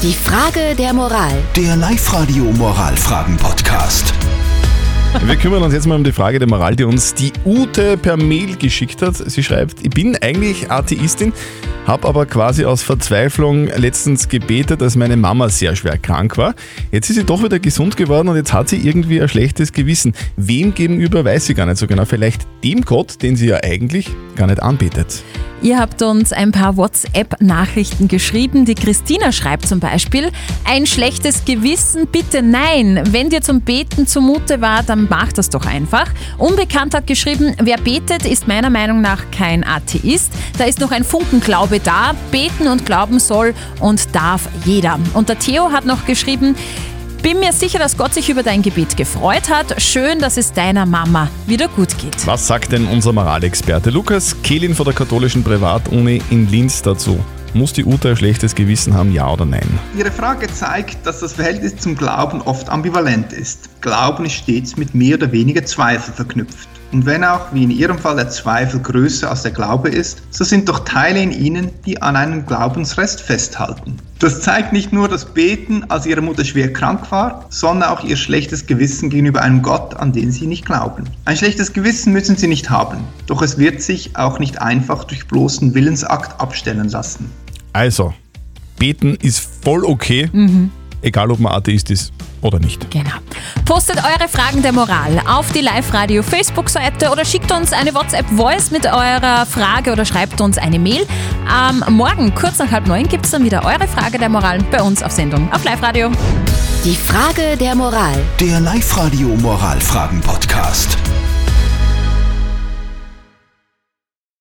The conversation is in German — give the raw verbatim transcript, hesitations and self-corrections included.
Die Frage der Moral. Der Live-Radio-Moralfragen-Podcast. Wir kümmern uns jetzt mal um die Frage der Moral, die uns die Ute per Mail geschickt hat. Sie schreibt, ich bin eigentlich Atheistin, habe aber quasi aus Verzweiflung letztens gebetet, als meine Mama sehr schwer krank war. Jetzt ist sie doch wieder gesund geworden und jetzt hat sie irgendwie ein schlechtes Gewissen. Wem gegenüber, weiß sie gar nicht so genau. Vielleicht dem Gott, den sie ja eigentlich gar nicht anbetet. Ihr habt uns ein paar WhatsApp-Nachrichten geschrieben. Die Christina schreibt zum Beispiel, ein schlechtes Gewissen, bitte nein. Wenn dir zum Beten zumute war, dann mach das doch einfach. Unbekannt hat geschrieben, wer betet, ist meiner Meinung nach kein Atheist. Da ist noch ein Funken Glaube da. Beten und glauben soll und darf jeder. Und der Theo hat noch geschrieben, bin mir sicher, dass Gott sich über dein Gebet gefreut hat. Schön, dass es deiner Mama wieder gut geht. Was sagt denn unser Moralexperte Lukas Kehlin von der katholischen Privatuni in Linz dazu? Muss die Ute ein schlechtes Gewissen haben, ja oder nein? Ihre Frage zeigt, dass das Verhältnis zum Glauben oft ambivalent ist. Glauben ist stets mit mehr oder weniger Zweifel verknüpft. Und wenn auch, wie in Ihrem Fall, der Zweifel größer als der Glaube ist, so sind doch Teile in Ihnen, die an einem Glaubensrest festhalten. Das zeigt nicht nur das Beten, als Ihre Mutter schwer krank war, sondern auch Ihr schlechtes Gewissen gegenüber einem Gott, an den Sie nicht glauben. Ein schlechtes Gewissen müssen Sie nicht haben, doch es wird sich auch nicht einfach durch bloßen Willensakt abstellen lassen. Also, beten ist voll okay, mhm. egal ob man Atheist ist oder nicht. Genau. Postet eure Fragen der Moral auf die Live-Radio-Facebook-Seite oder schickt uns eine WhatsApp-Voice mit eurer Frage oder schreibt uns eine Mail. Am Morgen, kurz nach halb neun, gibt es dann wieder eure Frage der Moral bei uns auf Sendung auf Live-Radio. Die Frage der Moral. Der Live-Radio-Moralfragen-Podcast.